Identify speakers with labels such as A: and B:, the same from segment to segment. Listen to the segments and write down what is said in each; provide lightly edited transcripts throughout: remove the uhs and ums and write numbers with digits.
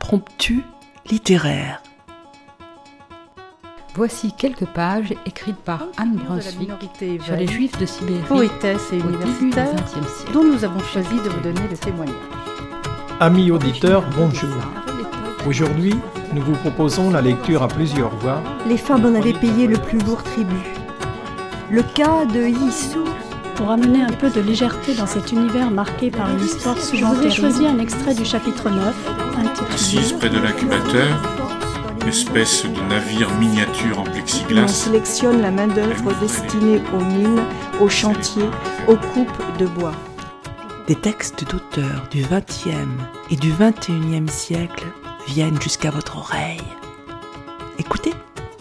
A: impromptu littéraire.
B: Voici quelques pages écrites par Anne Brunswick sur les Juifs de Sibérie,
C: poétesse et universitaire, dont nous avons choisi de vous donner le témoignage.
D: Amis auditeurs, bonjour. Aujourd'hui, nous vous proposons la lecture à plusieurs voix.
E: Les femmes en avaient payé le plus lourd tribut. Le cas de Yissou.
F: Pour amener un peu de légèreté dans cet univers marqué par une histoire souvent terrible, je vous ai choisi un extrait du chapitre 9, intitulé
G: Assise près de l'incubateur, espèce de navire miniature en plexiglas.
E: On sélectionne la main-d'œuvre destinée aux mines, aux chantiers, aux coupes de bois.
A: Des textes d'auteurs du XXe et du XXIe siècle viennent jusqu'à votre oreille. Écoutez.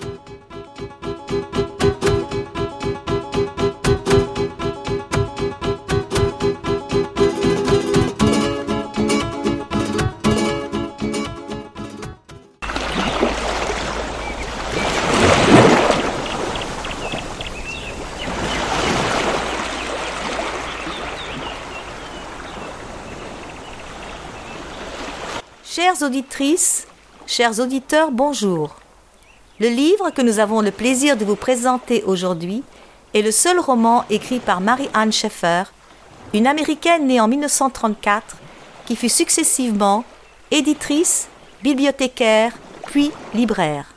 H: Chères auditrices, chers auditeurs, bonjour. Le livre que nous avons le plaisir de vous présenter aujourd'hui est le seul roman écrit par Mary-Ann Sheffer, une Américaine née en 1934 qui fut successivement éditrice, bibliothécaire, puis libraire.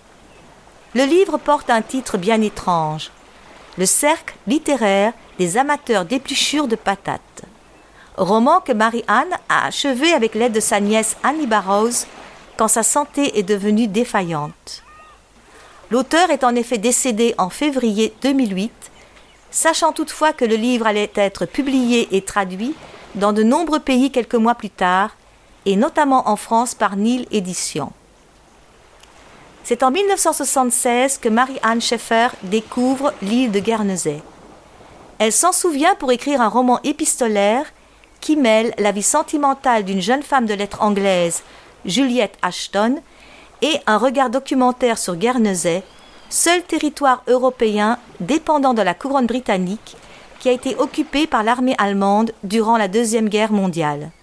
H: Le livre porte un titre bien étrange, Le cercle littéraire des amateurs d'épluchures de patates. Roman que Mary-Ann a achevé avec l'aide de sa nièce Annie Barrows quand sa santé est devenue défaillante. L'auteur est en effet décédé en février 2008, sachant toutefois que le livre allait être publié et traduit dans de nombreux pays quelques mois plus tard, et notamment en France par Nil Éditions. C'est en 1976 que Mary-Ann Sheffer découvre l'île de Guernesey. Elle s'en souvient pour écrire un roman épistolaire qui mêle la vie sentimentale d'une jeune femme de lettres anglaise, Juliette Ashton, et un regard documentaire sur Guernesey, seul territoire européen dépendant de la couronne britannique qui a été occupé par l'armée allemande durant la Deuxième Guerre mondiale.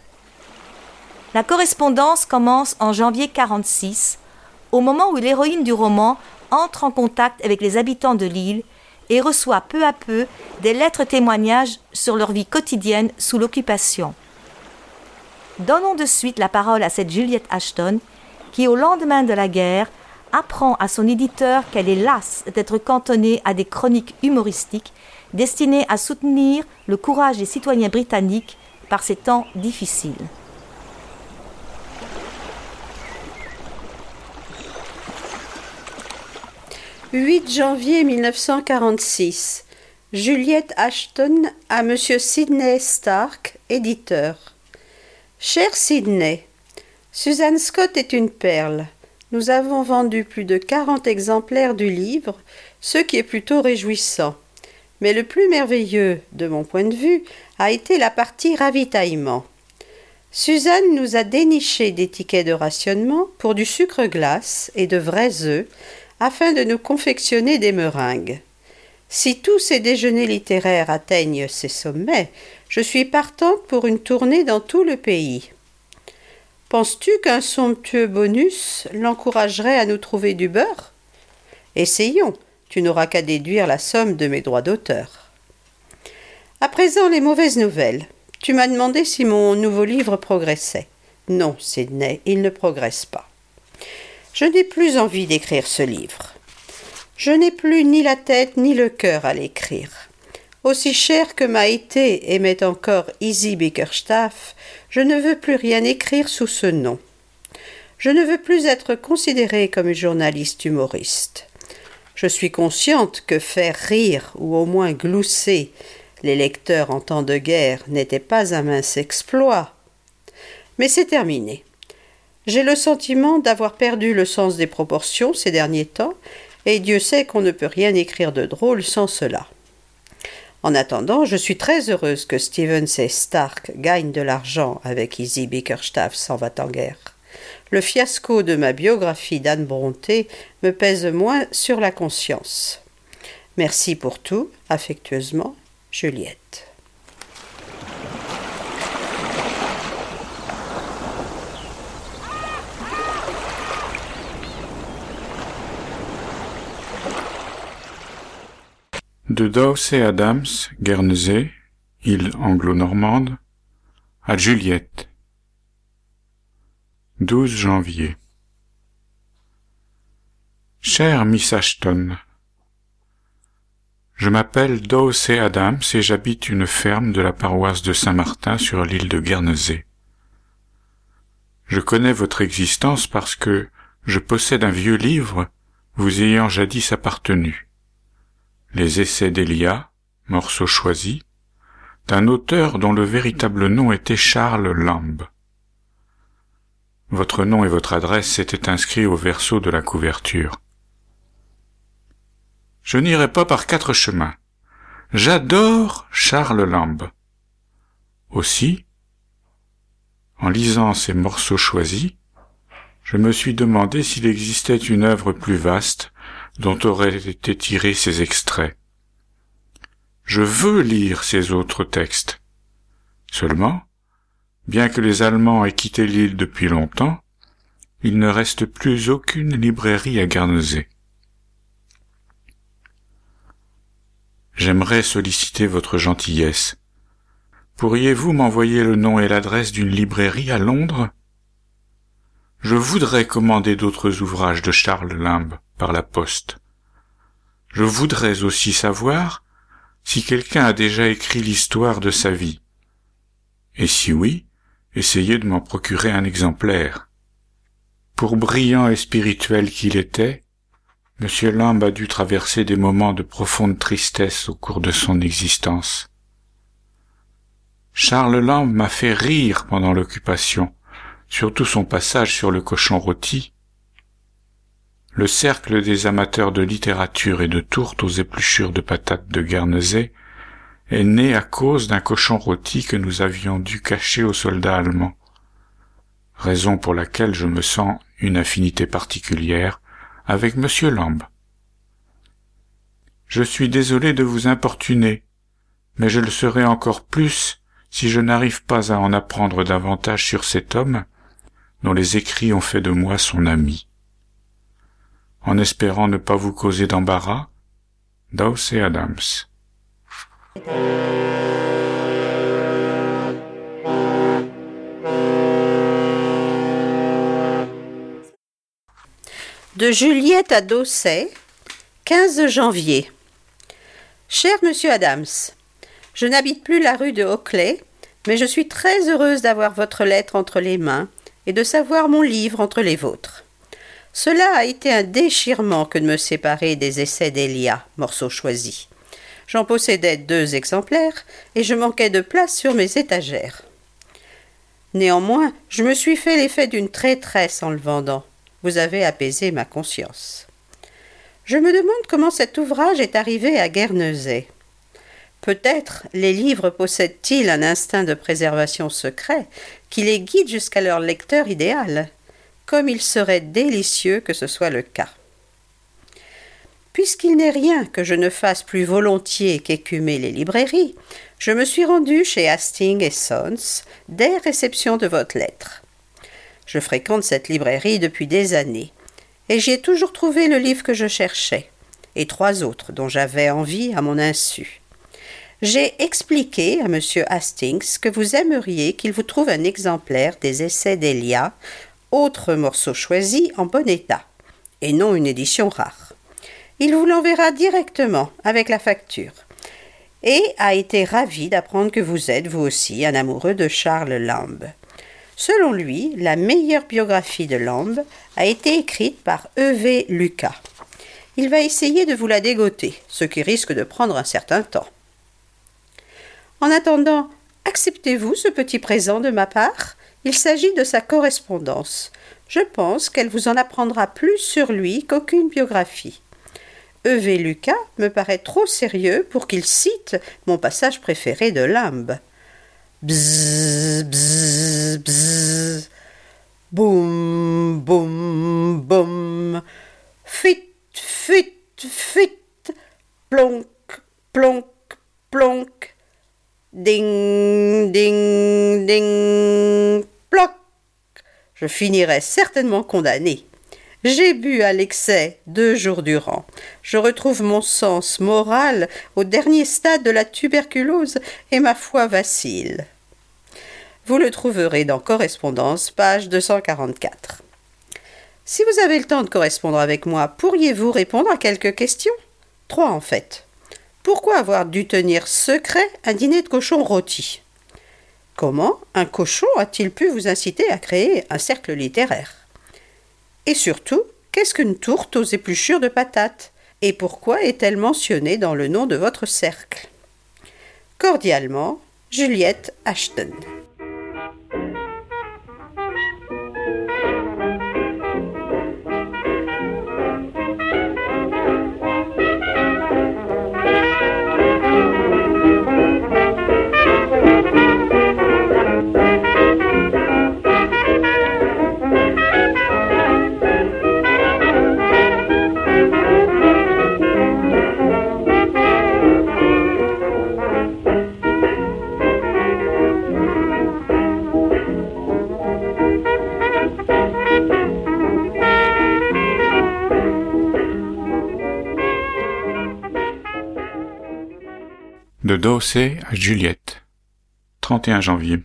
H: La correspondance commence en janvier 1946, au moment où l'héroïne du roman entre en contact avec les habitants de l'île et reçoit peu à peu des lettres témoignages sur leur vie quotidienne sous l'occupation. Donnons de suite la parole à cette Juliette Ashton qui, au lendemain de la guerre, apprend à son éditeur qu'elle est lasse d'être cantonnée à des chroniques humoristiques destinées à soutenir le courage des citoyens britanniques par ces temps difficiles.
C: « 8 janvier 1946. Juliette Ashton à Monsieur Sidney Stark, éditeur. Cher Sidney, Susan Scott est une perle. Nous avons vendu plus de 40 exemplaires du livre, ce qui est plutôt réjouissant. Mais le plus merveilleux, de mon point de vue, a été la partie ravitaillement. Suzanne nous a déniché des tickets de rationnement pour du sucre glace et de vrais œufs, afin de nous confectionner des meringues. Si tous ces déjeuners littéraires atteignent ces sommets, je suis partante pour une tournée dans tout le pays. Penses-tu qu'un somptueux bonus l'encouragerait à nous trouver du beurre ? Essayons, tu n'auras qu'à déduire la somme de mes droits d'auteur. À présent, les mauvaises nouvelles. Tu m'as demandé si mon nouveau livre progressait. Non, Sidney, il ne progresse pas. Je n'ai plus envie d'écrire ce livre. Je n'ai plus ni la tête ni le cœur à l'écrire. Aussi cher que m'a été et m'est encore Izzy Bickerstaff, je ne veux plus rien écrire sous ce nom. Je ne veux plus être considérée comme une journaliste humoriste. Je suis consciente que faire rire ou au moins glousser les lecteurs en temps de guerre n'était pas un mince exploit. Mais c'est terminé. J'ai le sentiment d'avoir perdu le sens des proportions ces derniers temps, et Dieu sait qu'on ne peut rien écrire de drôle sans cela. En attendant, je suis très heureuse que Stevens et Stark gagnent de l'argent avec Izzy Bickerstaff s'en va en guerre. Le fiasco de ma biographie d'Anne Brontë me pèse moins sur la conscience. Merci pour tout, affectueusement, Juliette.
G: De Dorsey Adams, Guernesey, île anglo-normande, à Juliette. 12 janvier. Chère Miss Ashton, je m'appelle Dorsey Adams et j'habite une ferme de la paroisse de Saint-Martin sur l'île de Guernesey. Je connais votre existence parce que je possède un vieux livre vous ayant jadis appartenu. Les essais d'Elia, morceaux choisis, d'un auteur dont le véritable nom était Charles Lamb. Votre nom et votre adresse étaient inscrits au verso de la couverture. Je n'irai pas par 4 chemins. J'adore Charles Lamb. Aussi, en lisant ces morceaux choisis, je me suis demandé s'il existait une œuvre plus vaste dont auraient été tirés ces extraits. Je veux lire ces autres textes. Seulement, bien que les Allemands aient quitté l'île depuis longtemps, il ne reste plus aucune librairie à Guernesey. J'aimerais solliciter votre gentillesse. Pourriez-vous m'envoyer le nom et l'adresse d'une librairie à Londres? Je voudrais commander d'autres ouvrages de Charles Lamb par la poste. Je voudrais aussi savoir si quelqu'un a déjà écrit l'histoire de sa vie. Et si oui, essayez de m'en procurer un exemplaire. Pour brillant et spirituel qu'il était, M. Lamb a dû traverser des moments de profonde tristesse au cours de son existence. Charles Lamb m'a fait rire pendant l'occupation, surtout son passage sur le cochon rôti. Le cercle des amateurs de littérature et de tourtes aux épluchures de patates de Guernesey est né à cause d'un cochon rôti que nous avions dû cacher aux soldats allemands, raison pour laquelle je me sens une affinité particulière avec M. Lamb. Je suis désolé de vous importuner, mais je le serai encore plus si je n'arrive pas à en apprendre davantage sur cet homme dont les écrits ont fait de moi son ami. En espérant ne pas vous causer d'embarras, Dorsey Adams.
C: De Juliette à Dorsey, 15 janvier. Cher Monsieur Adams, je n'habite plus la rue de Hockley, mais je suis très heureuse d'avoir votre lettre entre les mains et de savoir mon livre entre les vôtres. Cela a été un déchirement que de me séparer des essais d'Elia, morceaux choisis. J'en possédais 2 exemplaires et je manquais de place sur mes étagères. Néanmoins, je me suis fait l'effet d'une traîtresse en le vendant. Vous avez apaisé ma conscience. Je me demande comment cet ouvrage est arrivé à Guernesey. Peut-être les livres possèdent-ils un instinct de préservation secret qui les guide jusqu'à leur lecteur idéal, comme il serait délicieux que ce soit le cas. Puisqu'il n'est rien que je ne fasse plus volontiers qu'écumer les librairies, je me suis rendu chez Hastings & Sons dès réception de votre lettre. Je fréquente cette librairie depuis des années, et j'y ai toujours trouvé le livre que je cherchais, et 3 autres dont j'avais envie à mon insu. J'ai expliqué à M. Hastings que vous aimeriez qu'il vous trouve un exemplaire des essais d'Elia, autre morceau choisi en bon état, et non une édition rare. Il vous l'enverra directement avec la facture, et a été ravi d'apprendre que vous êtes, vous aussi, un amoureux de Charles Lamb. Selon lui, la meilleure biographie de Lamb a été écrite par E.V. Lucas. Il va essayer de vous la dégoter, ce qui risque de prendre un certain temps. En attendant, acceptez-vous ce petit présent de ma part? Il s'agit de sa correspondance. Je pense qu'elle vous en apprendra plus sur lui qu'aucune biographie. E.V. Lucas me paraît trop sérieux pour qu'il cite mon passage préféré de Lamb. Bzzz, bzzz, bzzz. Boum, boum, boum. Fit, fit, fit. Plonk, plonk, plonk. Ding, ding, ding. Ploc. Je finirai certainement condamné. J'ai bu à l'excès 2 jours durant. Je retrouve mon sens moral au dernier stade de la tuberculose et ma foi vacille. Vous le trouverez dans Correspondance, page 244. Si vous avez le temps de correspondre avec moi, pourriez-vous répondre à quelques questions ? 3 en fait. Pourquoi avoir dû tenir secret un dîner de cochon rôti ? Comment un cochon a-t-il pu vous inciter à créer un cercle littéraire ? Et surtout, qu'est-ce qu'une tourte aux épluchures de patates ? Et pourquoi est-elle mentionnée dans le nom de votre cercle ? Cordialement, Juliette Ashton.
G: De Dawsey à Juliette. 31 janvier.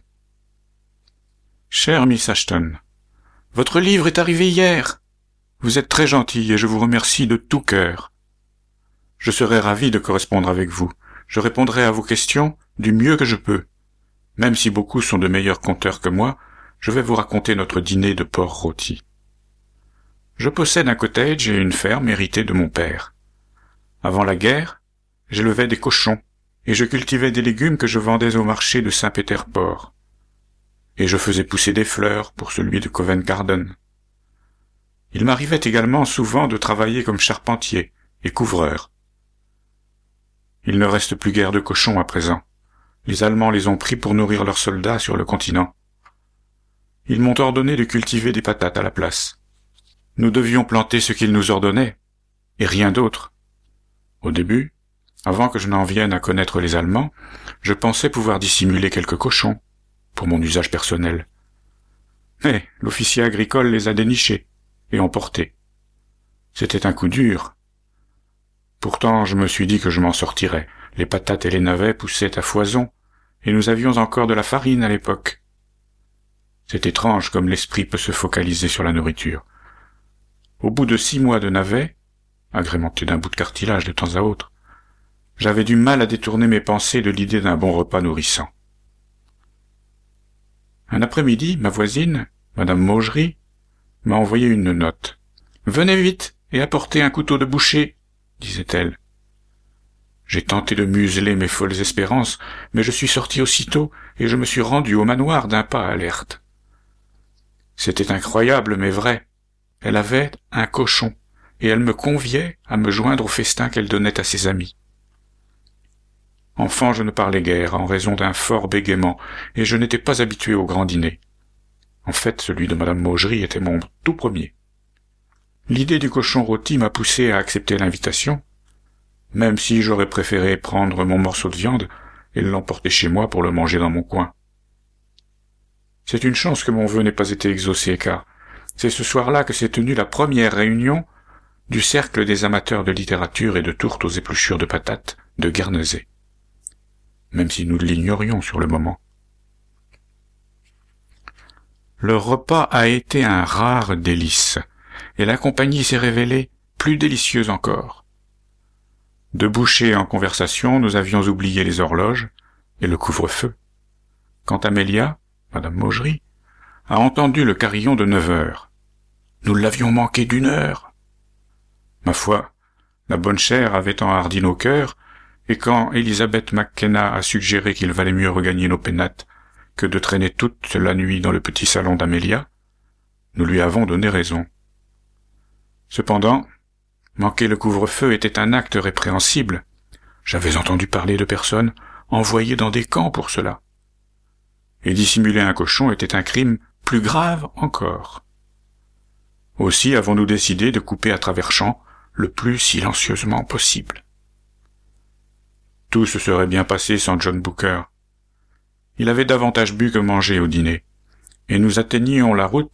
G: Chère Miss Ashton, votre livre est arrivé hier. Vous êtes très gentille et je vous remercie de tout cœur. Je serai ravi de correspondre avec vous. Je répondrai à vos questions du mieux que je peux. Même si beaucoup sont de meilleurs conteurs que moi, je vais vous raconter notre dîner de porc rôti. Je possède un cottage et une ferme héritée de mon père. Avant la guerre, j'élevais des cochons et je cultivais des légumes que je vendais au marché de Saint-Pétersbourg. Et je faisais pousser des fleurs pour celui de Covent Garden. Il m'arrivait également souvent de travailler comme charpentier et couvreur. Il ne reste plus guère de cochons à présent. Les Allemands les ont pris pour nourrir leurs soldats sur le continent. Ils m'ont ordonné de cultiver des patates à la place. Nous devions planter ce qu'ils nous ordonnaient, et rien d'autre. Au début, avant que je n'en vienne à connaître les Allemands, je pensais pouvoir dissimuler quelques cochons, pour mon usage personnel. Mais l'officier agricole les a dénichés et emportés. C'était un coup dur. Pourtant, je me suis dit que je m'en sortirais. Les patates et les navets poussaient à foison, et nous avions encore de la farine à l'époque. C'est étrange comme l'esprit peut se focaliser sur la nourriture. Au bout de 6 mois de navets, agrémentés d'un bout de cartilage de temps à autre, j'avais du mal à détourner mes pensées de l'idée d'un bon repas nourrissant. Un après-midi, ma voisine, Madame Maugery, m'a envoyé une note. « Venez vite et apportez un couteau de boucher », disait-elle. J'ai tenté de museler mes folles espérances, mais je suis sorti aussitôt et je me suis rendu au manoir d'un pas alerte. C'était incroyable mais vrai. Elle avait un cochon et elle me conviait à me joindre au festin qu'elle donnait à ses amis. Enfant, je ne parlais guère en raison d'un fort bégaiement, et je n'étais pas habitué au grand dîner. En fait, celui de Madame Maugery était mon tout premier. L'idée du cochon rôti m'a poussé à accepter l'invitation, même si j'aurais préféré prendre mon morceau de viande et l'emporter chez moi pour le manger dans mon coin. C'est une chance que mon vœu n'ait pas été exaucé, car c'est ce soir-là que s'est tenue la première réunion du cercle des amateurs de littérature et de tourtes aux épluchures de patates de Guernesey, même si nous l'ignorions sur le moment. Le repas a été un rare délice, et la compagnie s'est révélée plus délicieuse encore. De boucher en conversation, nous avions oublié les horloges et le couvre-feu. Quand Amélia, Madame Maugery, a entendu le carillon de 9 heures. Nous l'avions manqué d'1 heure. Ma foi, la bonne chère avait enhardi nos cœurs, et quand Elizabeth McKenna a suggéré qu'il valait mieux regagner nos pénates que de traîner toute la nuit dans le petit salon d'Amélia, nous lui avons donné raison. Cependant, manquer le couvre-feu était un acte répréhensible. J'avais entendu parler de personnes envoyées dans des camps pour cela. Et dissimuler un cochon était un crime plus grave encore. Aussi avons-nous décidé de couper à travers champs le plus silencieusement possible. Tout se serait bien passé sans John Booker. Il avait davantage bu que mangé au dîner, et nous atteignions la route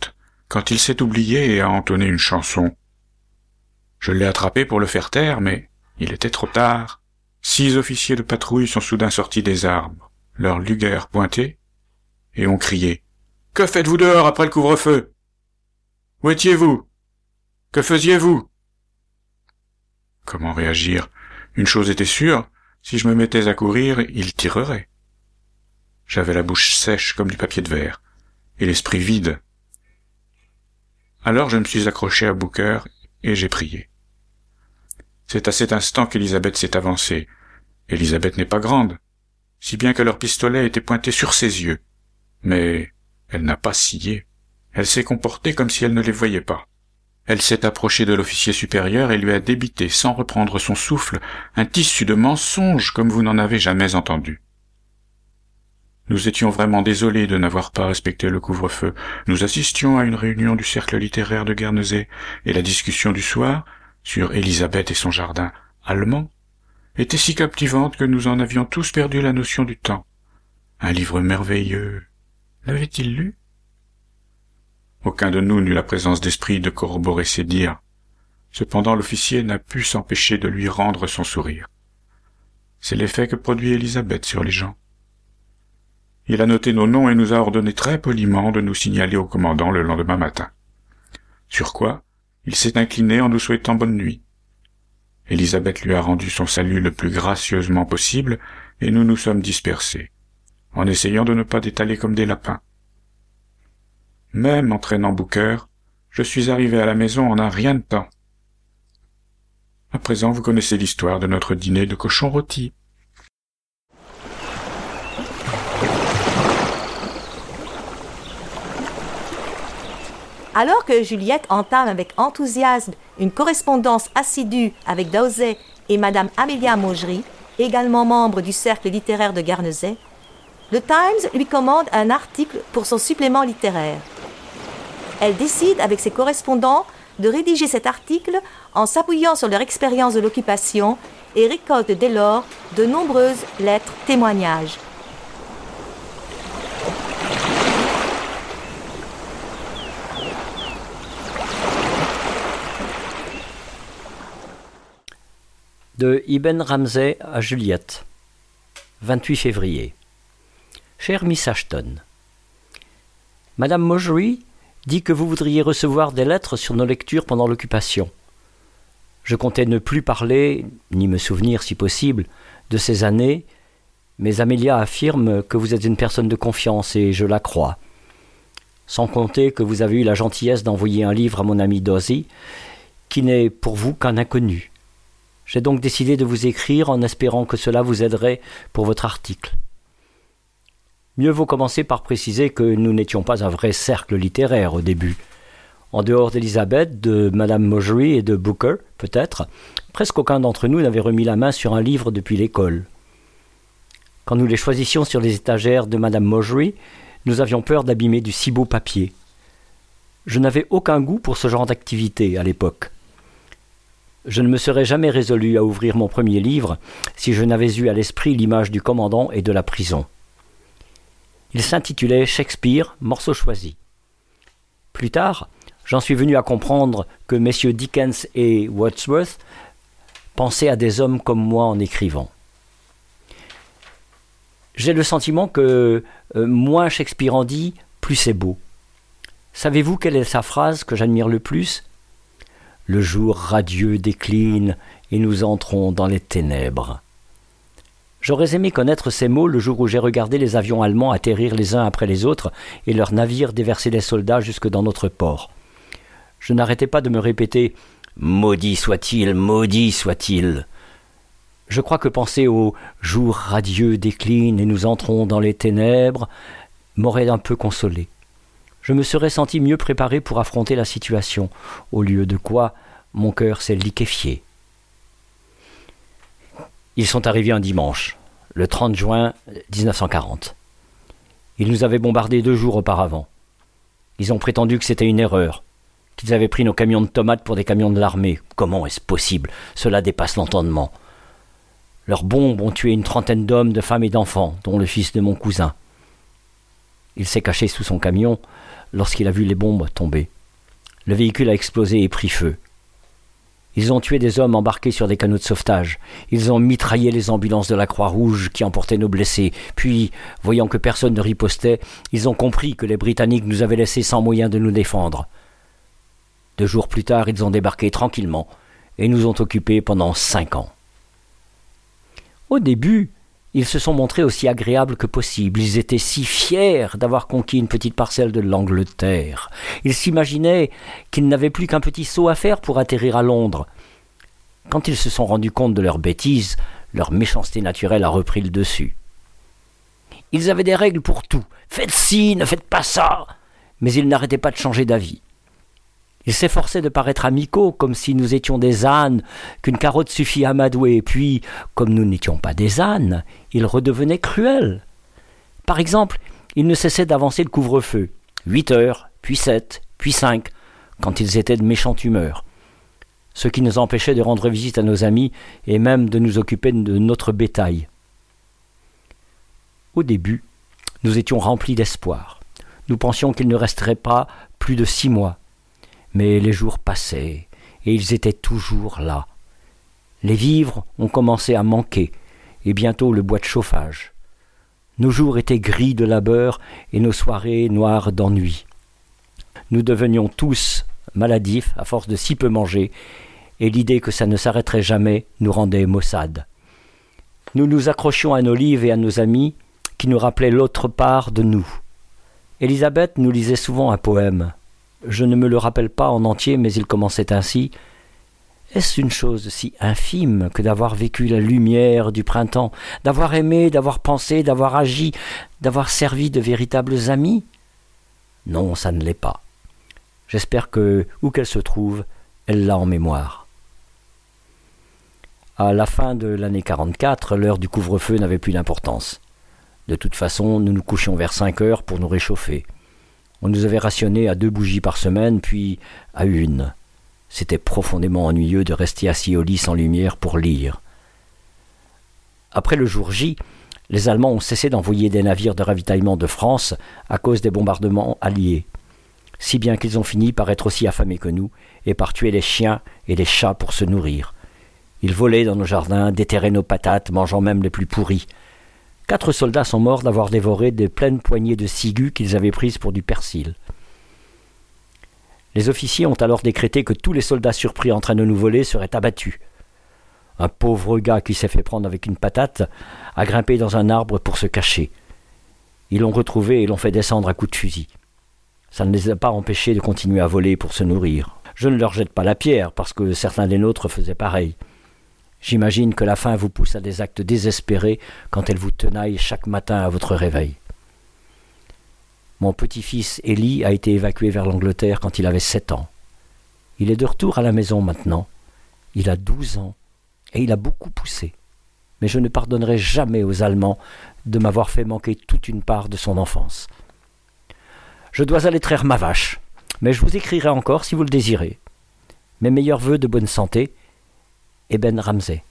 G: quand il s'est oublié et a entonné une chanson. Je l'ai attrapé pour le faire taire, mais il était trop tard. 6 officiers de patrouille sont soudain sortis des arbres, leurs lugers pointés, et ont crié « Que faites-vous dehors après le couvre-feu? Où étiez-vous? Que faisiez-vous » Comment réagir? Une chose était sûre, si je me mettais à courir, ils tireraient. J'avais la bouche sèche comme du papier de verre, et l'esprit vide. Alors je me suis accroché à Booker, et j'ai prié. C'est à cet instant qu'Elisabeth s'est avancée. Elisabeth n'est pas grande, si bien que leur pistolet était pointé sur ses yeux. Mais elle n'a pas scié. Elle s'est comportée comme si elle ne les voyait pas. Elle s'est approchée de l'officier supérieur et lui a débité, sans reprendre son souffle, un tissu de mensonges comme vous n'en avez jamais entendu. Nous étions vraiment désolés de n'avoir pas respecté le couvre-feu. Nous assistions à une réunion du cercle littéraire de Guernesey, et la discussion du soir, sur Elisabeth et son jardin allemand, était si captivante que nous en avions tous perdu la notion du temps. Un livre merveilleux. L'avait-il lu? Aucun de nous n'eut la présence d'esprit de corroborer ses dires. Cependant l'officier n'a pu s'empêcher de lui rendre son sourire. C'est l'effet que produit Elisabeth sur les gens. Il a noté nos noms et nous a ordonné très poliment de nous signaler au commandant le lendemain matin. Sur quoi, il s'est incliné en nous souhaitant bonne nuit. Elisabeth lui a rendu son salut le plus gracieusement possible et nous nous sommes dispersés, en essayant de ne pas détaler comme des lapins. Même en traînant Booker, je suis arrivé à la maison en un rien de temps. À présent, vous connaissez l'histoire de notre dîner de cochon rôti.
H: Alors que Juliette entame avec enthousiasme une correspondance assidue avec Dowsey et Madame Amelia Maugery, également membre du cercle littéraire de Guernesey, le Times lui commande un article pour son supplément littéraire. Elle décide avec ses correspondants de rédiger cet article en s'appuyant sur leur expérience de l'occupation et récolte dès lors de nombreuses lettres témoignages.
I: De Ibn Ramsey à Juliette. 28 février. Chère Miss Ashton, Madame Maugery dit que vous voudriez recevoir des lettres sur nos lectures pendant l'occupation. Je comptais ne plus parler, ni me souvenir si possible, de ces années, mais Amelia affirme que vous êtes une personne de confiance et je la crois. Sans compter que vous avez eu la gentillesse d'envoyer un livre à mon ami Dozy, qui n'est pour vous qu'un inconnu. J'ai donc décidé de vous écrire en espérant que cela vous aiderait pour votre article. Mieux vaut commencer par préciser que nous n'étions pas un vrai cercle littéraire au début. En dehors d'Elisabeth, de Madame Maugery et de Booker, peut-être, presque aucun d'entre nous n'avait remis la main sur un livre depuis l'école. Quand nous les choisissions sur les étagères de Madame Maugery, nous avions peur d'abîmer du si beau papier. Je n'avais aucun goût pour ce genre d'activité à l'époque. Je ne me serais jamais résolu à ouvrir mon premier livre si je n'avais eu à l'esprit l'image du commandant et de la prison. Il s'intitulait « Shakespeare, morceau choisi ». Plus tard, j'en suis venu à comprendre que messieurs Dickens et Wordsworth pensaient à des hommes comme moi en écrivant. J'ai le sentiment que moins Shakespeare en dit, plus c'est beau. Savez-vous quelle est sa phrase que j'admire le plus ? « Le jour radieux décline et nous entrons dans les ténèbres. » J'aurais aimé connaître ces mots le jour où j'ai regardé les avions allemands atterrir les uns après les autres et leurs navires déverser des soldats jusque dans notre port. Je n'arrêtais pas de me répéter « Maudit soit-il, maudit soit-il !» Je crois que penser au « jour radieux décline et nous entrons dans les ténèbres » m'aurait un peu consolé. Je me serais senti mieux préparé pour affronter la situation, au lieu de quoi mon cœur s'est liquéfié. Ils sont arrivés un dimanche, le 30 juin 1940. Ils nous avaient bombardés 2 jours auparavant. Ils ont prétendu que c'était une erreur, qu'ils avaient pris nos camions de tomates pour des camions de l'armée. Comment est-ce possible ? Cela dépasse l'entendement. Leurs bombes ont tué une 30aine d'hommes, de femmes et d'enfants, dont le fils de mon cousin. Il s'est caché sous son camion lorsqu'il a vu les bombes tomber. Le véhicule a explosé et pris feu. Ils ont tué des hommes embarqués sur des canots de sauvetage. Ils ont mitraillé les ambulances de la Croix-Rouge qui emportaient nos blessés. Puis, voyant que personne ne ripostait, ils ont compris que les Britanniques nous avaient laissés sans moyen de nous défendre. 2 jours plus tard, ils ont débarqué tranquillement et nous ont occupés pendant 5 ans. Au début, ils se sont montrés aussi agréables que possible. Ils étaient si fiers d'avoir conquis une petite parcelle de l'Angleterre. Ils s'imaginaient qu'ils n'avaient plus qu'un petit saut à faire pour atterrir à Londres. Quand ils se sont rendus compte de leur bêtise, leur méchanceté naturelle a repris le dessus. Ils avaient des règles pour tout. « Faites ci, ne faites pas ça !» Mais ils n'arrêtaient pas de changer d'avis. Ils s'efforçaient de paraître amicaux, comme si nous étions des ânes, qu'une carotte suffit à amadouer. Puis, comme nous n'étions pas des ânes, ils redevenaient cruels. Par exemple, ils ne cessaient d'avancer le couvre-feu. 8 heures, puis 7, puis 5, quand ils étaient de méchante humeur. Ce qui nous empêchait de rendre visite à nos amis et même de nous occuper de notre bétail. Au début, nous étions remplis d'espoir. Nous pensions qu'il ne resterait pas plus de 6 mois. Mais les jours passaient, et ils étaient toujours là. Les vivres ont commencé à manquer, et bientôt le bois de chauffage. Nos jours étaient gris de labeur, et nos soirées noires d'ennui. Nous devenions tous maladifs à force de si peu manger, et l'idée que ça ne s'arrêterait jamais nous rendait maussades. Nous nous accrochions à nos livres et à nos amis, qui nous rappelaient l'autre part de nous. Élisabeth nous lisait souvent un poème. Je ne me le rappelle pas en entier, mais il commençait ainsi. « Est-ce une chose si infime que d'avoir vécu la lumière du printemps, d'avoir aimé, d'avoir pensé, d'avoir agi, d'avoir servi de véritables amis ? Non, ça ne l'est pas. J'espère que, où qu'elle se trouve, elle l'a en mémoire. » À la fin de l'année 44, l'heure du couvre-feu n'avait plus d'importance. De toute façon, nous nous couchions vers 5 heures pour nous réchauffer. On nous avait rationné à 2 bougies par semaine, puis à 1. C'était profondément ennuyeux de rester assis au lit sans lumière pour lire. Après le jour J, les Allemands ont cessé d'envoyer des navires de ravitaillement de France à cause des bombardements alliés, si bien qu'ils ont fini par être aussi affamés que nous et par tuer les chiens et les chats pour se nourrir. Ils volaient dans nos jardins, déterraient nos patates, mangeant même les plus pourries. 4 soldats sont morts d'avoir dévoré des pleines poignées de ciguës qu'ils avaient prises pour du persil. Les officiers ont alors décrété que tous les soldats surpris en train de nous voler seraient abattus. Un pauvre gars qui s'est fait prendre avec une patate a grimpé dans un arbre pour se cacher. Ils l'ont retrouvé et l'ont fait descendre à coups de fusil. Ça ne les a pas empêchés de continuer à voler pour se nourrir. Je ne leur jette pas la pierre parce que certains des nôtres faisaient pareil. J'imagine que la faim vous pousse à des actes désespérés quand elle vous tenaille chaque matin à votre réveil. Mon petit-fils Élie a été évacué vers l'Angleterre quand il avait 7 ans. Il est de retour à la maison maintenant. Il a 12 ans et il a beaucoup poussé. Mais je ne pardonnerai jamais aux Allemands de m'avoir fait manquer toute une part de son enfance. Je dois aller traire ma vache, mais je vous écrirai encore si vous le désirez. Mes meilleurs vœux de bonne santé, Eben Ramsey.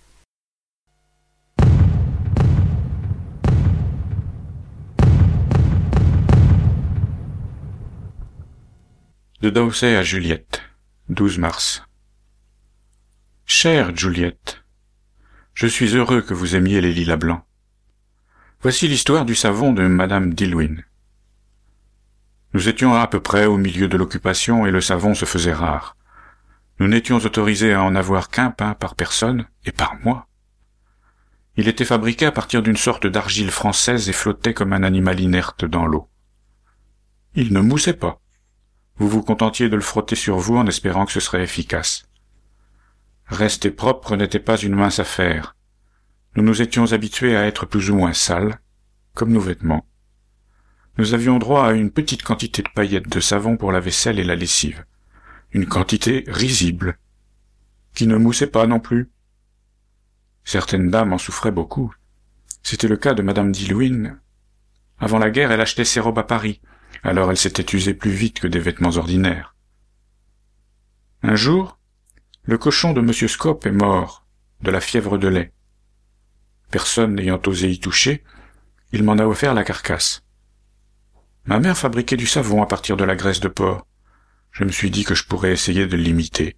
G: De Dowsey à Juliette, 12 mars. Chère Juliette, je suis heureux que vous aimiez les lilas blancs. Voici l'histoire du savon de Madame Dillwyn. Nous étions à peu près au milieu de l'occupation et le savon se faisait rare. Nous n'étions autorisés à en avoir qu'un pain par personne et par mois. Il était fabriqué à partir d'une sorte d'argile française et flottait comme un animal inerte dans l'eau. Il ne moussait pas. Vous vous contentiez de le frotter sur vous en espérant que ce serait efficace. Rester propre n'était pas une mince affaire. Nous nous étions habitués à être plus ou moins sales, comme nos vêtements. Nous avions droit à une petite quantité de paillettes de savon pour la vaisselle et la lessive. Une quantité risible, qui ne moussait pas non plus. Certaines dames en souffraient beaucoup. C'était le cas de Madame Dillwyn. Avant la guerre, elle achetait ses robes à Paris, alors elle s'était usée plus vite que des vêtements ordinaires. Un jour, le cochon de M. Scope est mort, de la fièvre de lait. Personne n'ayant osé y toucher, il m'en a offert la carcasse. Ma mère fabriquait du savon à partir de la graisse de porc. je me suis dit que je pourrais essayer de l'imiter.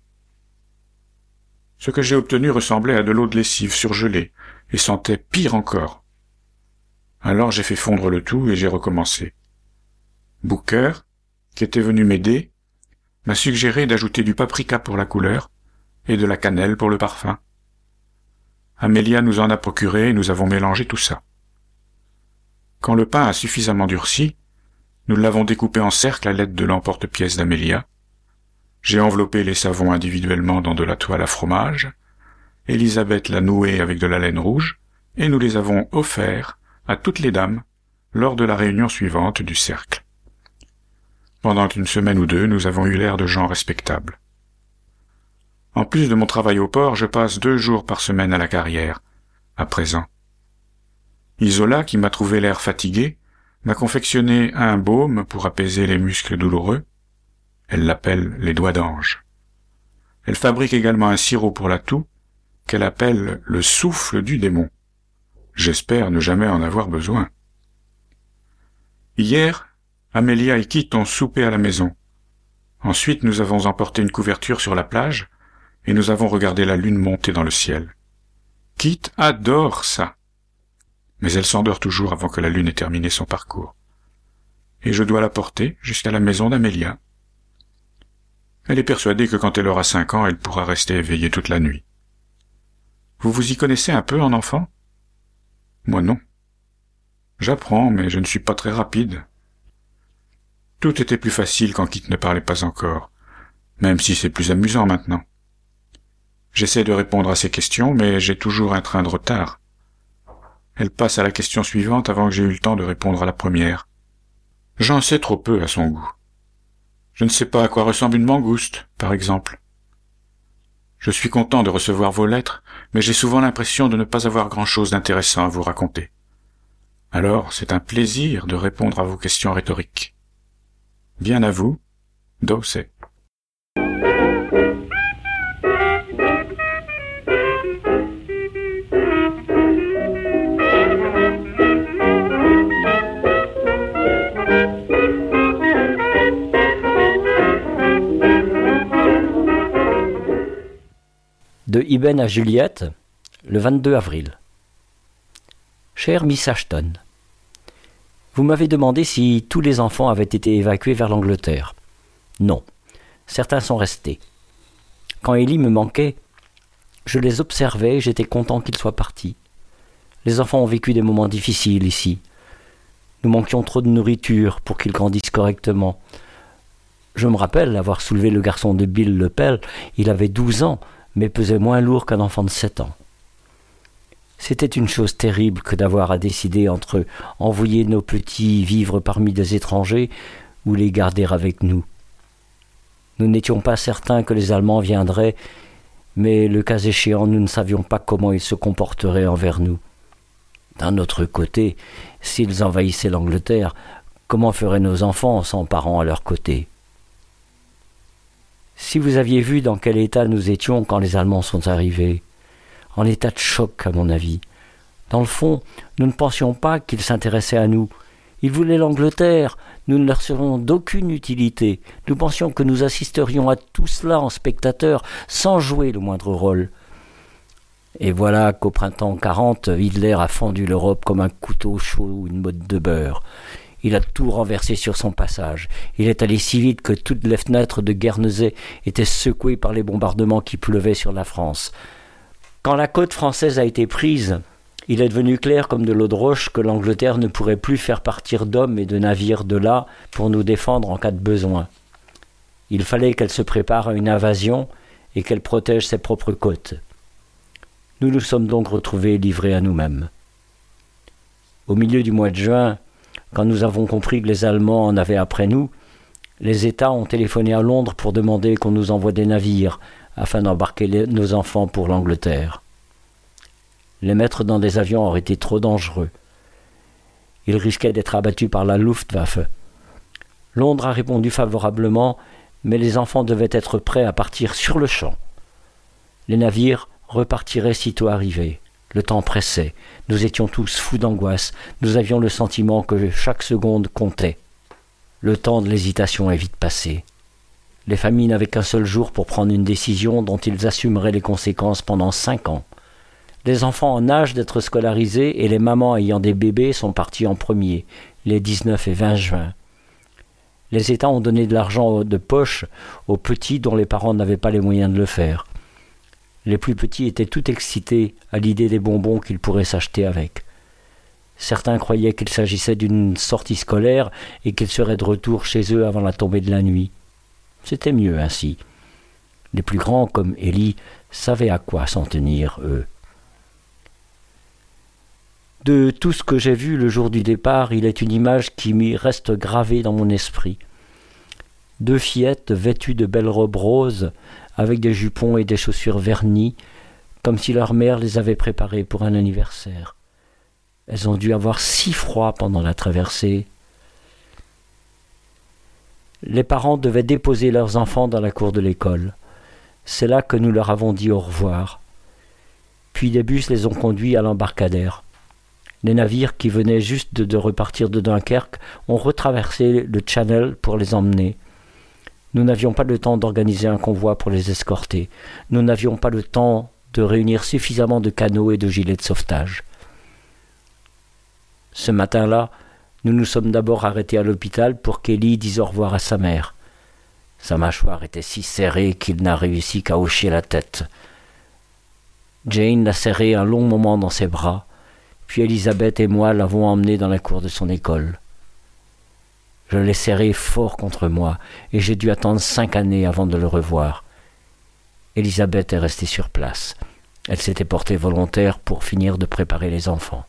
G: Ce que j'ai obtenu ressemblait à de l'eau de lessive surgelée et sentait pire encore. Alors j'ai fait fondre le tout et j'ai recommencé. Booker, qui était venu m'aider, m'a suggéré d'ajouter du paprika pour la couleur et de la cannelle pour le parfum. Amélia nous en a procuré et nous avons mélangé tout ça. Quand le pain a suffisamment durci, nous l'avons découpé en cercles à l'aide de l'emporte-pièce d'Amélia. J'ai enveloppé les savons individuellement dans de la toile à fromage. Élisabeth l'a noué avec de la laine rouge et nous les avons offerts à toutes les dames lors de la réunion suivante du cercle. Pendant une semaine ou deux, nous avons eu l'air de gens respectables. En plus de mon travail au port, je passe 2 jours par semaine à la carrière, à présent. Isola, qui m'a trouvé l'air fatigué, m'a confectionné un baume pour apaiser les muscles douloureux. Elle l'appelle les doigts d'ange. Elle fabrique également un sirop pour la toux, qu'elle appelle le souffle du démon. J'espère ne jamais en avoir besoin. Hier, Amélia et Kit ont soupé à la maison. Ensuite, nous avons emporté une couverture sur la plage et nous avons regardé la lune monter dans le ciel. Kit adore ça. Mais elle s'endort toujours avant que la lune ait terminé son parcours. Et je dois la porter jusqu'à la maison d'Amélia. Elle est persuadée que quand elle aura 5 ans, elle pourra rester éveillée toute la nuit. Vous vous y connaissez un peu en enfant? Moi non. J'apprends, mais je ne suis pas très rapide. Tout était plus facile quand Kit ne parlait pas encore, même si c'est plus amusant maintenant. J'essaie de répondre à ses questions, mais j'ai toujours un train de retard. Elle passe à la question suivante avant que j'aie eu le temps de répondre à la première. J'en sais trop peu à son goût. Je ne sais pas à quoi ressemble une mangouste, par exemple. Je suis content de recevoir vos lettres, mais j'ai souvent l'impression de ne pas avoir grand-chose d'intéressant à vous raconter. Alors, c'est un plaisir de répondre à vos questions rhétoriques. Bien à vous, Dose.
I: De Ibben à Juliette, le 22 avril. Chère Miss Ashton, vous m'avez demandé si tous les enfants avaient été évacués vers l'Angleterre. Non, certains sont restés. Quand Ellie me manquait, je les observais et j'étais content qu'ils soient partis. Les enfants ont vécu des moments difficiles ici. Nous manquions trop de nourriture pour qu'ils grandissent correctement. Je me rappelle avoir soulevé le garçon de Bill Lepel, il avait 12 ans, mais pesait moins lourd qu'un enfant de 7 ans. C'était une chose terrible que d'avoir à décider entre envoyer nos petits vivre parmi des étrangers ou les garder avec nous. Nous n'étions pas certains que les Allemands viendraient, mais le cas échéant, nous ne savions pas comment ils se comporteraient envers nous. D'un autre côté, s'ils envahissaient l'Angleterre, comment feraient nos enfants sans parents à leur côté ? Si vous aviez vu dans quel état nous étions quand les Allemands sont arrivés, en état de choc à mon avis. Dans le fond, nous ne pensions pas qu'ils s'intéressaient à nous. Ils voulaient l'Angleterre, nous ne leur serions d'aucune utilité. Nous pensions que nous assisterions à tout cela en spectateurs, sans jouer le moindre rôle. Et voilà qu'au printemps 40, Hitler a fendu l'Europe comme un couteau chaud ou une motte de beurre. Il a tout renversé sur son passage. Il est allé si vite que toutes les fenêtres de Guernesey étaient secouées par les bombardements qui pleuvaient sur la France. Quand la côte française a été prise, il est devenu clair comme de l'eau de roche que l'Angleterre ne pourrait plus faire partir d'hommes et de navires de là pour nous défendre en cas de besoin. Il fallait qu'elle se prépare à une invasion et qu'elle protège ses propres côtes. Nous nous sommes donc retrouvés livrés à nous-mêmes. Au milieu du mois de juin, quand nous avons compris que les Allemands en avaient après nous, les États ont téléphoné à Londres pour demander qu'on nous envoie des navires afin d'embarquer nos enfants pour l'Angleterre. Les mettre dans des avions aurait été trop dangereux. Ils risquaient d'être abattus par la Luftwaffe. Londres a répondu favorablement, mais les enfants devaient être prêts à partir sur le champ. Les navires repartiraient sitôt arrivés. Le temps pressait. Nous étions tous fous d'angoisse. Nous avions le sentiment que chaque seconde comptait. Le temps de l'hésitation est vite passé. Les familles n'avaient qu'un seul jour pour prendre une décision dont ils assumeraient les conséquences pendant 5 ans. Les enfants en âge d'être scolarisés et les mamans ayant des bébés sont partis en premier, les 19 et 20 juin. Les États ont donné de l'argent de poche aux petits dont les parents n'avaient pas les moyens de le faire. Les plus petits étaient tout excités à l'idée des bonbons qu'ils pourraient s'acheter avec. Certains croyaient qu'il s'agissait d'une sortie scolaire et qu'ils seraient de retour chez eux avant la tombée de la nuit. C'était mieux ainsi. Les plus grands, comme Ellie, savaient à quoi s'en tenir, eux. De tout ce que j'ai vu le jour du départ, il est une image qui m'y reste gravée dans mon esprit. 2 fillettes vêtues de belles robes roses, avec des jupons et des chaussures vernies, comme si leur mère les avait préparées pour un anniversaire. Elles ont dû avoir si froid pendant la traversée. Les parents devaient déposer leurs enfants dans la cour de l'école. C'est là que nous leur avons dit au revoir. Puis des bus les ont conduits à l'embarcadère. Les navires qui venaient juste de repartir de Dunkerque ont retraversé le Channel pour les emmener. Nous n'avions pas le temps d'organiser un convoi pour les escorter. Nous n'avions pas le temps de réunir suffisamment de canots et de gilets de sauvetage. Ce matin-là, nous nous sommes d'abord arrêtés à l'hôpital pour qu'Ellie dise au revoir à sa mère. Sa mâchoire était si serrée qu'il n'a réussi qu'à hocher la tête. Jane l'a serrée un long moment dans ses bras, puis Elisabeth et moi l'avons emmenée dans la cour de son école. Je l'ai serré fort contre moi, et j'ai dû attendre 5 années avant de le revoir. Elisabeth est restée sur place. Elle s'était portée volontaire pour finir de préparer les enfants.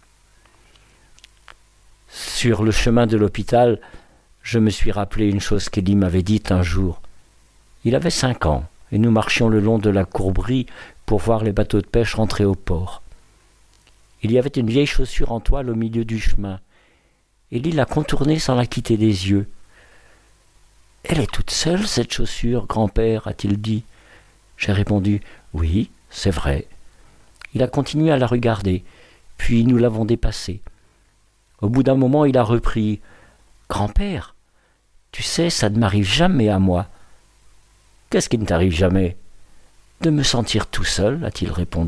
I: Sur le chemin de l'hôpital, je me suis rappelé une chose qu'Élie m'avait dite un jour. Il avait 5 ans, et nous marchions le long de la courberie pour voir les bateaux de pêche rentrer au port. Il y avait une vieille chaussure en toile au milieu du chemin. Élie l'a contournée sans la quitter des yeux. « Elle est toute seule, cette chaussure, grand-père, a-t-il dit. » J'ai répondu « Oui, c'est vrai. » Il a continué à la regarder, puis nous l'avons dépassée. Au bout d'un moment, il a repris « Grand-père, tu sais, ça ne m'arrive jamais à moi. »« Qu'est-ce qui ne t'arrive jamais ?»« De me sentir tout seul, a-t-il répondu. »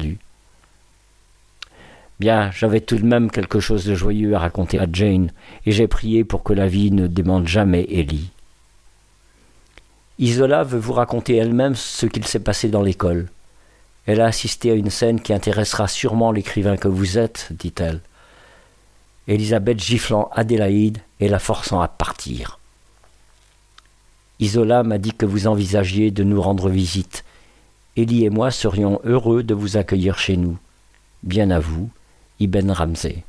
I: Bien, j'avais tout de même quelque chose de joyeux à raconter à Jane, et j'ai prié pour que la vie ne démente jamais Ellie. Isola veut vous raconter elle-même ce qu'il s'est passé dans l'école. Elle a assisté à une scène qui intéressera sûrement l'écrivain que vous êtes, dit-elle. Elisabeth giflant Adélaïde et la forçant à partir. Isola m'a dit que vous envisagiez de nous rendre visite. Ellie et moi serions heureux de vous accueillir chez nous. Bien à vous, Ibn Ramsey.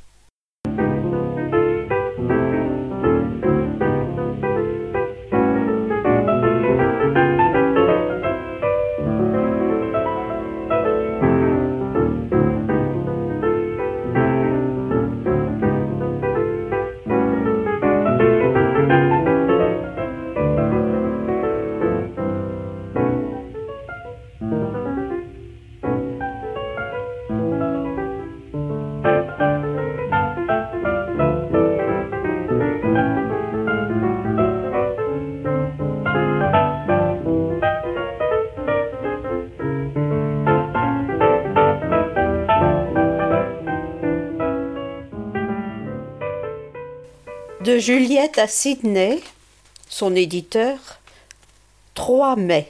C: De Juliette à Sydney, son éditeur, 3 mai.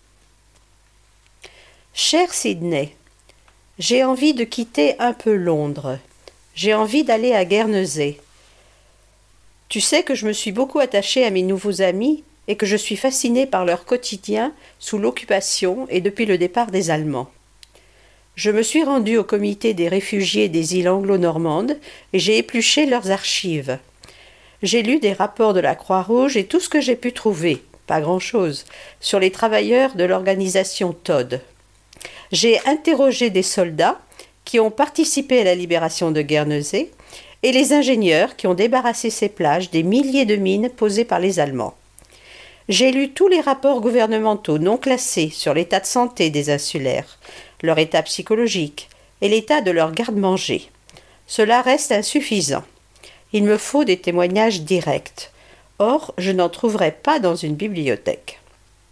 C: Cher Sydney, j'ai envie de quitter un peu Londres. J'ai envie d'aller à Guernesey. Tu sais que je me suis beaucoup attachée à mes nouveaux amis et que je suis fascinée par leur quotidien sous l'occupation et depuis le départ des Allemands. Je me suis rendue au comité des réfugiés des îles anglo-normandes et j'ai épluché leurs archives. J'ai lu des rapports de la Croix-Rouge et tout ce que j'ai pu trouver, pas grand-chose, sur les travailleurs de l'organisation Todd. J'ai interrogé des soldats qui ont participé à la libération de Guernesey et les ingénieurs qui ont débarrassé ces plages des milliers de mines posées par les Allemands. J'ai lu tous les rapports gouvernementaux non classés sur l'état de santé des insulaires, leur état psychologique et l'état de leur garde-manger. Cela reste insuffisant. Il me faut des témoignages directs. Or, je n'en trouverai pas dans une bibliothèque.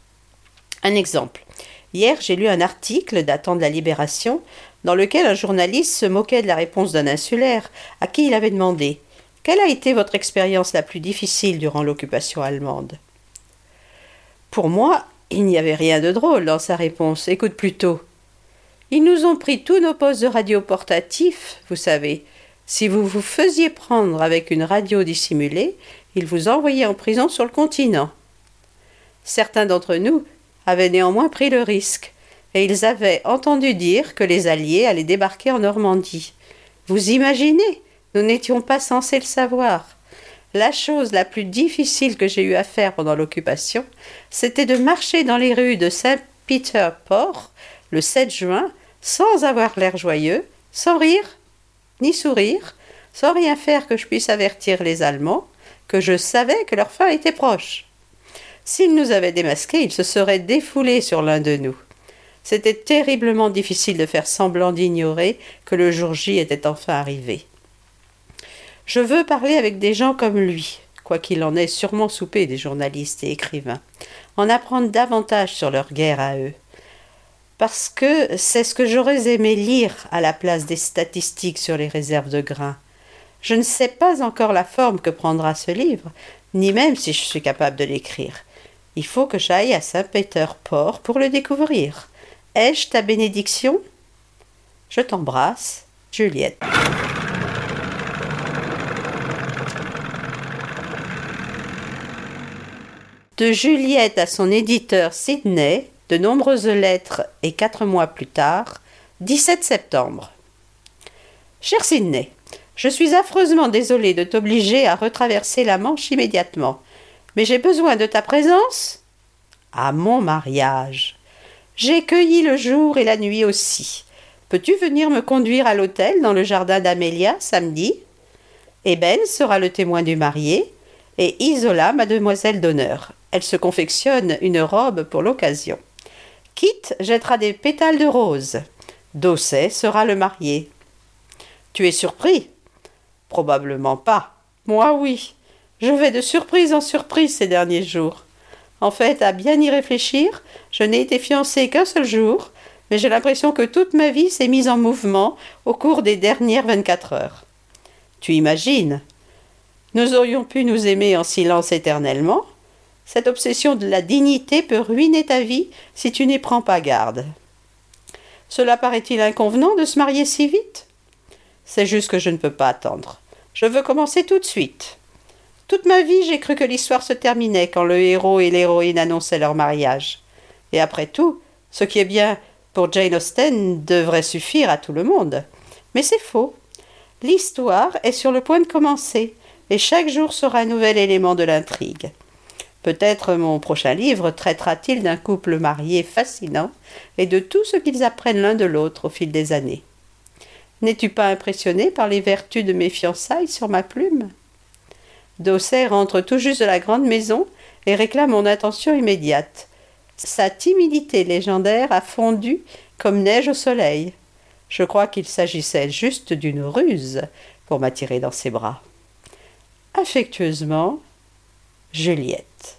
C: Un exemple. Hier, j'ai lu un article datant de la Libération dans lequel un journaliste se moquait de la réponse d'un insulaire à qui il avait demandé « Quelle a été votre expérience la plus difficile durant l'occupation allemande ?» Pour moi, il n'y avait rien de drôle dans sa réponse. Écoute plutôt. « Ils nous ont pris tous nos postes de radio portatifs, vous savez. Si vous vous faisiez prendre avec une radio dissimulée, ils vous envoyaient en prison sur le continent. Certains d'entre nous avaient néanmoins pris le risque, et ils avaient entendu dire que les Alliés allaient débarquer en Normandie. Vous imaginez, nous n'étions pas censés le savoir. La chose la plus difficile que j'ai eu à faire pendant l'occupation, c'était de marcher dans les rues de Saint-Peter-Port le 7 juin, sans avoir l'air joyeux, sans rire, ni sourire, sans rien faire que je puisse avertir les Allemands que je savais que leur fin était proche. S'ils nous avaient démasqués, ils se seraient défoulés sur l'un de nous. C'était terriblement difficile de faire semblant d'ignorer que le jour J était enfin arrivé. Je veux parler avec des gens comme lui, quoiqu'il en ait sûrement soupé des journalistes et écrivains, en apprendre davantage sur leur guerre à eux. Parce que c'est ce que j'aurais aimé lire à la place des statistiques sur les réserves de grains. Je ne sais pas encore la forme que prendra ce livre, ni même si je suis capable de l'écrire. Il faut que j'aille à Saint-Péter-Port pour le découvrir. Ai-je ta bénédiction ? Je t'embrasse, Juliette. De Juliette à son éditeur Sidney, de nombreuses lettres et 4 mois plus tard, 17 septembre. Cher Sidney, je suis affreusement désolée de t'obliger à retraverser la Manche immédiatement. Mais j'ai besoin de ta présence à mon mariage. J'ai cueilli le jour et la nuit aussi. Peux-tu venir me conduire à l'hôtel dans le jardin d'Amélia samedi ? Eben sera le témoin du marié et Isola ma demoiselle d'honneur. Elle se confectionne une robe pour l'occasion. Kit jettera des pétales de rose. Dosset sera le marié. Tu es surpris ? Probablement pas. Moi oui. Je vais de surprise en surprise ces derniers jours. En fait, à bien y réfléchir, je n'ai été fiancée qu'un seul jour, mais j'ai l'impression que toute ma vie s'est mise en mouvement au cours des dernières 24 heures. Tu imagines ? Nous aurions pu nous aimer en silence éternellement. Cette obsession de la dignité peut ruiner ta vie si tu n'y prends pas garde. Cela paraît-il inconvenant de se marier si vite ? C'est juste que je ne peux pas attendre. Je veux commencer tout de suite. Toute ma vie, j'ai cru que l'histoire se terminait quand le héros et l'héroïne annonçaient leur mariage. Et après tout, ce qui est bien pour Jane Austen devrait suffire à tout le monde. Mais c'est faux. L'histoire est sur le point de commencer, et chaque jour sera un nouvel élément de l'intrigue. Peut-être mon prochain livre traitera-t-il d'un couple marié fascinant et de tout ce qu'ils apprennent l'un de l'autre au fil des années. N'es-tu pas impressionné par les vertus de mes fiançailles sur ma plume ? Dosset rentre tout juste de la grande maison et réclame mon attention immédiate. Sa timidité légendaire a fondu comme neige au soleil. Je crois qu'il s'agissait juste d'une ruse pour m'attirer dans ses bras. Affectueusement, Juliette.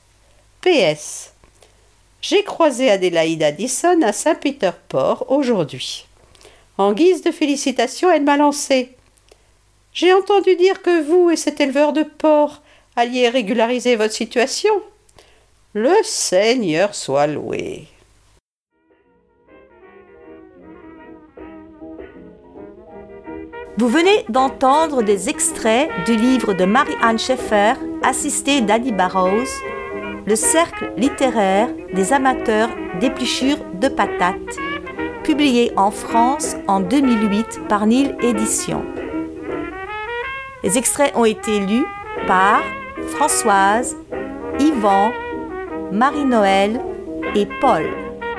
C: PS. J'ai croisé Adélaïde Addison à Saint-Péter-Port aujourd'hui. En guise de félicitations, elle m'a lancé. J'ai entendu dire que vous et cet éleveur de porcs alliez régulariser votre situation. Le Seigneur soit loué.
H: Vous venez d'entendre des extraits du livre de Mary-Ann Sheffer, assistée d'Ali Barrows, Le cercle littéraire des amateurs d'épluchures de patates, publié en France en 2008 par Nil Éditions. Les extraits ont été lus par Françoise, Yvan, Marie-Noël et Paul.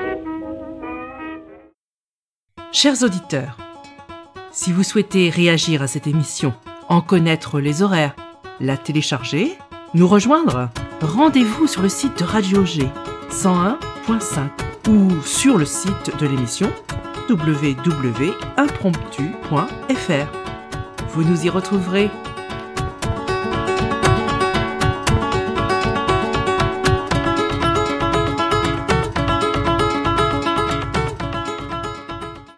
A: Chers auditeurs, si vous souhaitez réagir à cette émission, en connaître les horaires, la télécharger, nous rejoindre, rendez-vous sur le site de Radio G 101.5 ou sur le site de l'émission www.impromptu.fr. Vous nous y retrouverez.